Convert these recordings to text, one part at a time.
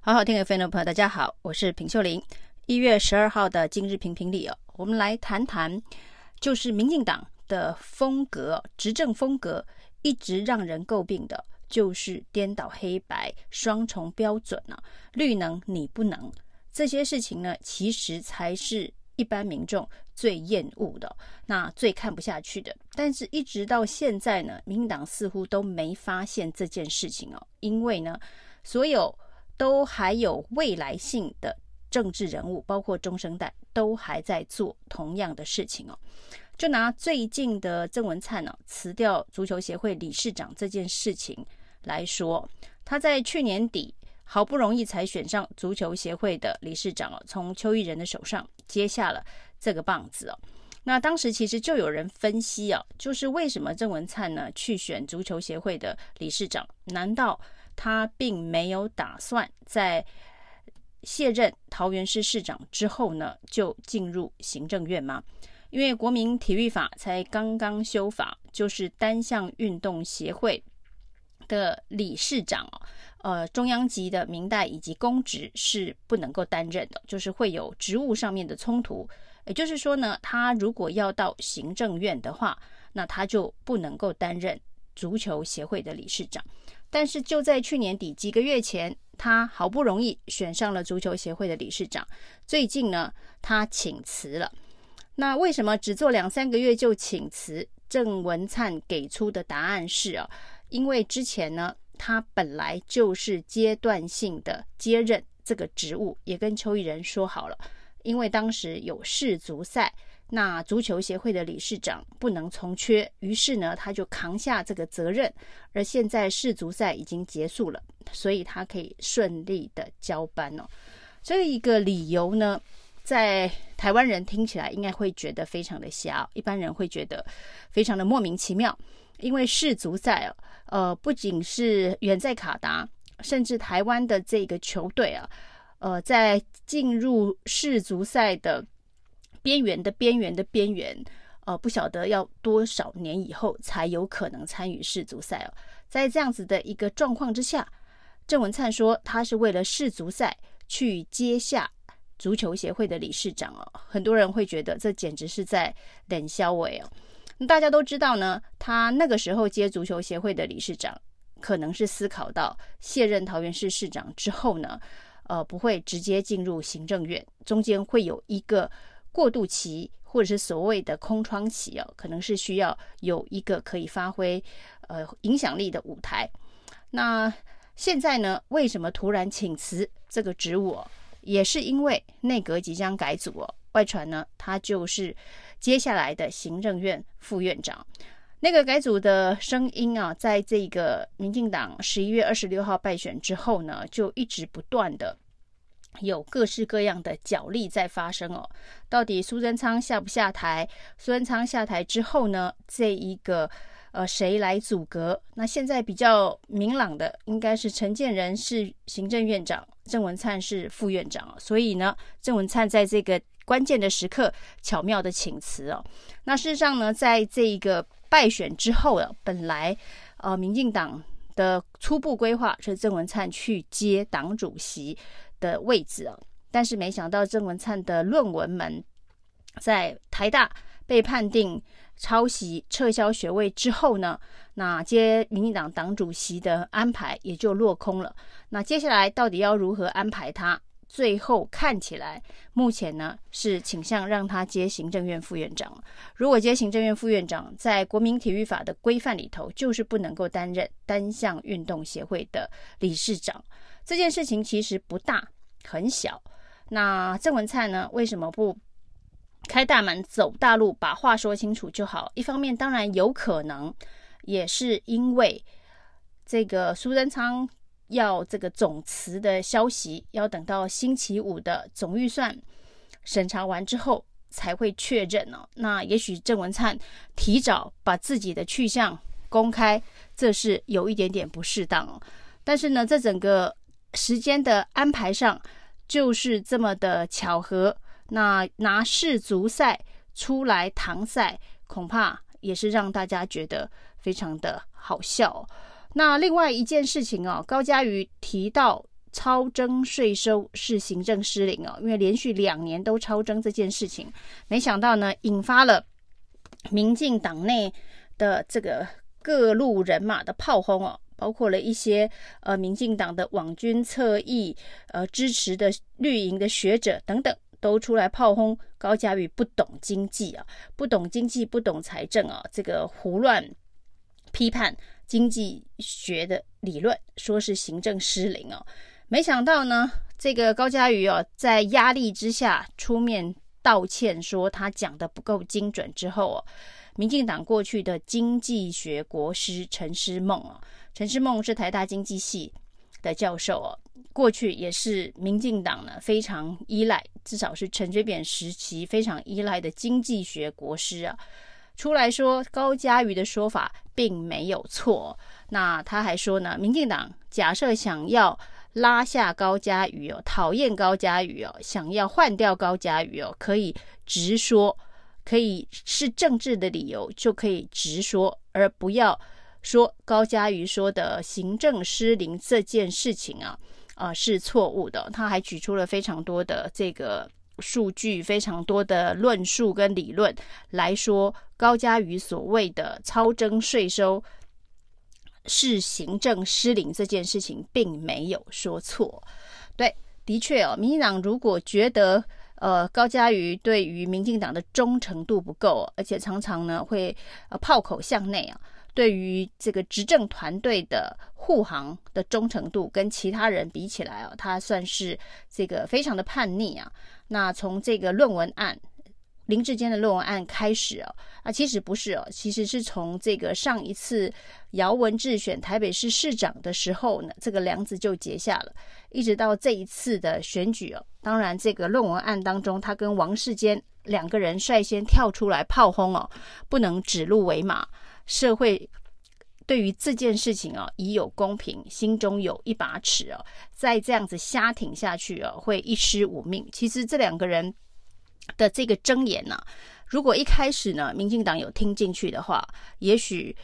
好好听的朋友大家好，我是平秀玲。1月12号的今日评评理我们来谈谈，就是民进党的风格，执政风格一直让人诟病的，就是颠倒黑白、双重标准绿能你不能，这些事情呢，其实才是一般民众最厌恶的，那最看不下去的。但是一直到现在呢，民进党似乎都没发现这件事情因为呢，所有都还有未来性的政治人物，包括中生代，都还在做同样的事情就拿最近的郑文灿辞掉足球协会理事长这件事情来说，他在去年底好不容易才选上足球协会的理事长从邱奕仁的手上接下了这个棒子那当时其实就有人分析就是为什么郑文灿呢去选足球协会的理事长？难道他并没有打算在卸任桃园市市长之后呢，就进入行政院吗？因为国民体育法才刚刚修法，就是单项运动协会的理事长中央级的民代以及公职是不能够担任的，就是会有职务上面的冲突。也就是说呢，他如果要到行政院的话，那他就不能够担任足球协会的理事长。但是就在去年底几个月前，他好不容易选上了足球协会的理事长，最近呢，他请辞了。那为什么只做2-3个月就请辞？郑文灿给出的答案是因为之前呢，他本来就是阶段性的接任这个职务，也跟邱奕仁说好了，因为当时有世足赛，那足球协会的理事长不能从缺，于是呢，他就扛下这个责任。而现在世足赛已经结束了，所以他可以顺利的交班这一个理由呢，在台湾人听起来应该会觉得非常的瞎，一般人会觉得非常的莫名其妙。因为世足赛不仅是远在卡达，甚至台湾的这个球队在进入世足赛的边缘的边缘的边缘不晓得要多少年以后才有可能参与世足赛在这样子的一个状况之下，郑文灿说他是为了世足赛去接下足球协会的理事长很多人会觉得这简直是在冷笑话大家都知道呢，他那个时候接足球协会的理事长，可能是思考到卸任桃园市市长之后呢，不会直接进入行政院，中间会有一个过渡期，或者是所谓的空窗期可能是需要有一个可以发挥影响力的舞台。那现在呢，为什么突然请辞这个职务也是因为内阁即将改组外传呢，他就是接下来的行政院副院长。那个改组的声音在这个民进党11月26号败选之后呢，就一直不断的有各式各样的角力在发生到底苏贞昌下不下台？苏贞昌下台之后呢，这一个谁来组阁？那现在比较明朗的应该是陈建仁是行政院长，郑文灿是副院长所以呢，郑文灿在这个关键的时刻巧妙的请辞那事实上呢，在这个败选之后本来民进党的初步规划是郑文灿去接党主席的位置但是没想到郑文灿的论文们在台大被判定抄袭撤销学位之后呢，那接民进党党主席的安排也就落空了。那接下来到底要如何安排他？最后看起来目前呢是倾向让他接行政院副院长。如果接行政院副院长，在国民体育法的规范里头就是不能够担任单项运动协会的理事长。这件事情其实不大，很小。那郑文灿呢，为什么不开大门走大路，把话说清楚就好？一方面当然有可能也是因为这个苏贞昌要这个总辞的消息要等到星期五的总预算审查完之后才会确认那也许郑文灿提早把自己的去向公开，这是有一点点不适当但是呢，这整个时间的安排上就是这么的巧合。那拿世足赛出来搪塞，恐怕也是让大家觉得非常的好笑那另外一件事情高嘉瑜提到超征税收是行政失灵因为连续2年都超征这件事情，没想到呢引发了民进党内的这个各路人马的炮轰包括了一些民进党的网军侧翼支持的绿营的学者等等，都出来炮轰高嘉瑜不懂经济不懂经济不懂财政这个胡乱批判经济学的理论，说是行政失灵没想到呢这个高嘉瑜在压力之下出面道歉，说他讲的不够精准之后民进党过去的经济学国师陈师梦是台大经济系的教授过去也是民进党呢非常依赖，至少是陈水扁时期非常依赖的经济学国师出来说高嘉瑜的说法并没有错。那他还说呢，民进党假设想要拉下高嘉瑜讨厌高嘉瑜想要换掉高嘉瑜可以直说，可以是政治的理由就可以直说，而不要说高嘉瑜说的行政失灵这件事情是错误的。他还举出了非常多的这个数据，非常多的论述跟理论来说高嘉瑜所谓的超征税收是行政失灵这件事情并没有说错。对，的确民进党如果觉得高嘉瑜对于民进党的忠诚度不够而且常常呢会炮口向内对于这个执政团队的护航的忠诚度跟其他人比起来他算是这个非常的叛逆那从这个论文案林智坚的论文案开始其实不是其实是从这个上一次姚文智选台北市市长的时候呢，这个梁子就结下了，一直到这一次的选举当然这个论文案当中他跟王世坚2个人率先跳出来炮轰不能指鹿为马，社会对于这件事情已有公平，心中有一把尺再这样子瞎挺下去会一尸五命。其实这2个人的这个争言如果一开始呢民进党有听进去的话，也许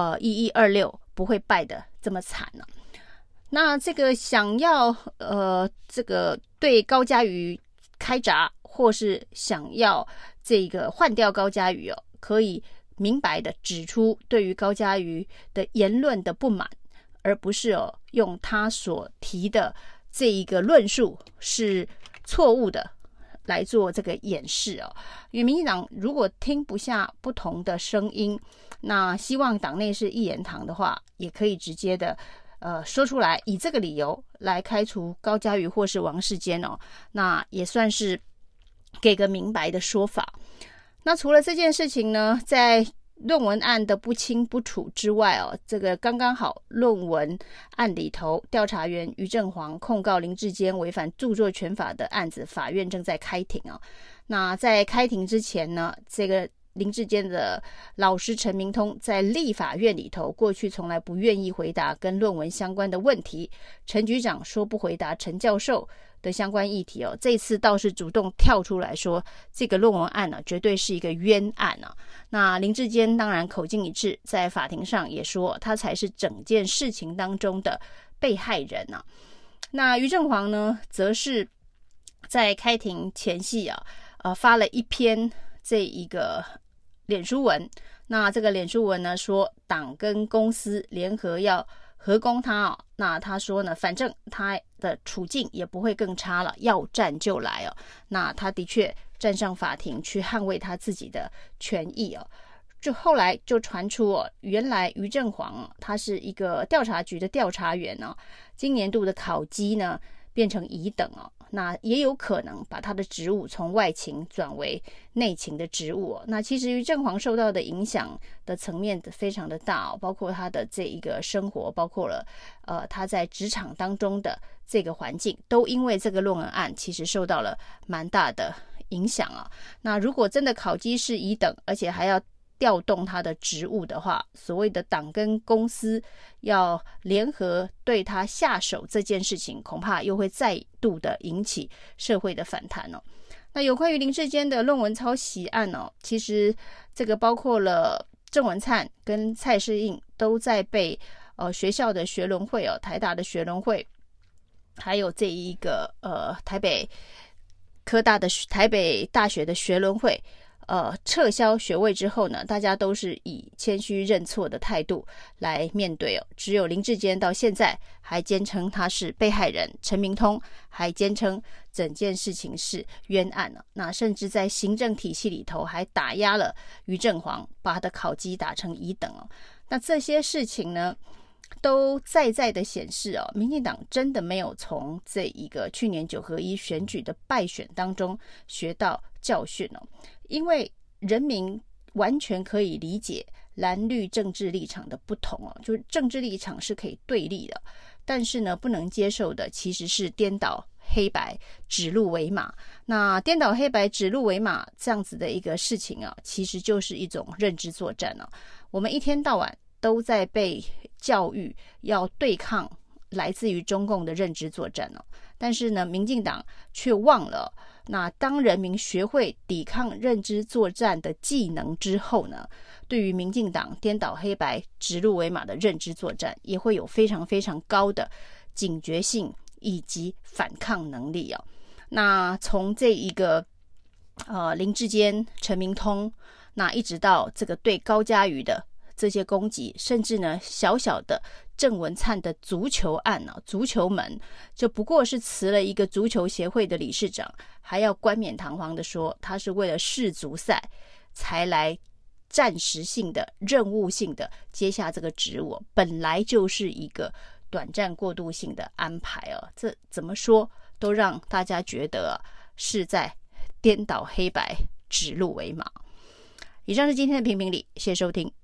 1126不会败得这么惨那这个想要这个对高嘉瑜开闸，或是想要这个换掉高嘉瑜可以明白的指出对于高嘉瑜的言论的不满，而不是用他所提的这一个论述是错误的来做这个掩饰因为民进党如果听不下不同的声音，那希望党内是一言堂的话，也可以直接的说出来，以这个理由来开除高嘉瑜或是王世坚那也算是给个明白的说法。那除了这件事情呢，在论文案的不清不楚之外这个刚刚好论文案里头调查员于正煌控告林智坚违反著作权法的案子，法院正在开庭那在开庭之前呢，这个林智坚的老师陈明通在立法院里头过去从来不愿意回答跟论文相关的问题，陈局长说不回答陈教授的相关议题这次倒是主动跳出来说这个论文案绝对是一个冤案那林智坚当然口径一致，在法庭上也说他才是整件事情当中的被害人那于正煌呢则是在开庭前夕发了一篇这一个脸书文，那这个脸书文呢说党跟公司联合要合攻他那他说呢反正他的处境也不会更差了，要战就来那他的确站上法庭去捍卫他自己的权益就后来就传出原来于正煌他是一个调查局的调查员今年度的考绩呢变成乙等那也有可能把他的职务从外勤转为内勤的职务那其实于正煌受到的影响的层面非常的大包括他的这一个生活，包括了他在职场当中的这个环境，都因为这个论文案其实受到了蛮大的影响那如果真的考绩是乙等，而且还要调动他的职务的话，所谓的党跟公司要联合对他下手这件事情，恐怕又会再度的引起社会的反弹那有关于林智坚的论文抄袭案其实这个包括了郑文灿跟蔡适应都在被学校的学伦会台大的学伦会还有这一个台北大学的学伦会撤销学位之后呢，大家都是以谦虚认错的态度来面对只有林智坚到现在还坚称他是被害人，陈明通还坚称整件事情是冤案那甚至在行政体系里头还打压了于正煌，把他的考绩打成乙等那这些事情呢，都在的显示民进党真的没有从这一个去年9合1选举的败选当中学到教训因为人民完全可以理解蓝绿政治立场的不同就是政治立场是可以对立的，但是呢，不能接受的其实是颠倒黑白、指鹿为马。那颠倒黑白、指鹿为马这样子的一个事情其实就是一种认知作战我们一天到晚都在被教育要对抗来自于中共的认知作战但是呢，民进党却忘了那当人民学会抵抗认知作战的技能之后呢，对于民进党颠倒黑白、指鹿为马的认知作战也会有非常非常高的警觉性以及反抗能力那从这一个林智坚、陈明通，那一直到这个对高嘉瑜的这些攻击，甚至呢小小的郑文灿的足球案足球门就不过是辞了一个足球协会的理事长，还要冠冕堂皇的说他是为了世足赛才来暂时性的任务性的接下这个职务，本来就是一个短暂过渡性的安排这怎么说都让大家觉得是在颠倒黑白、指鹿为马。以上是今天的评评理，谢谢收听。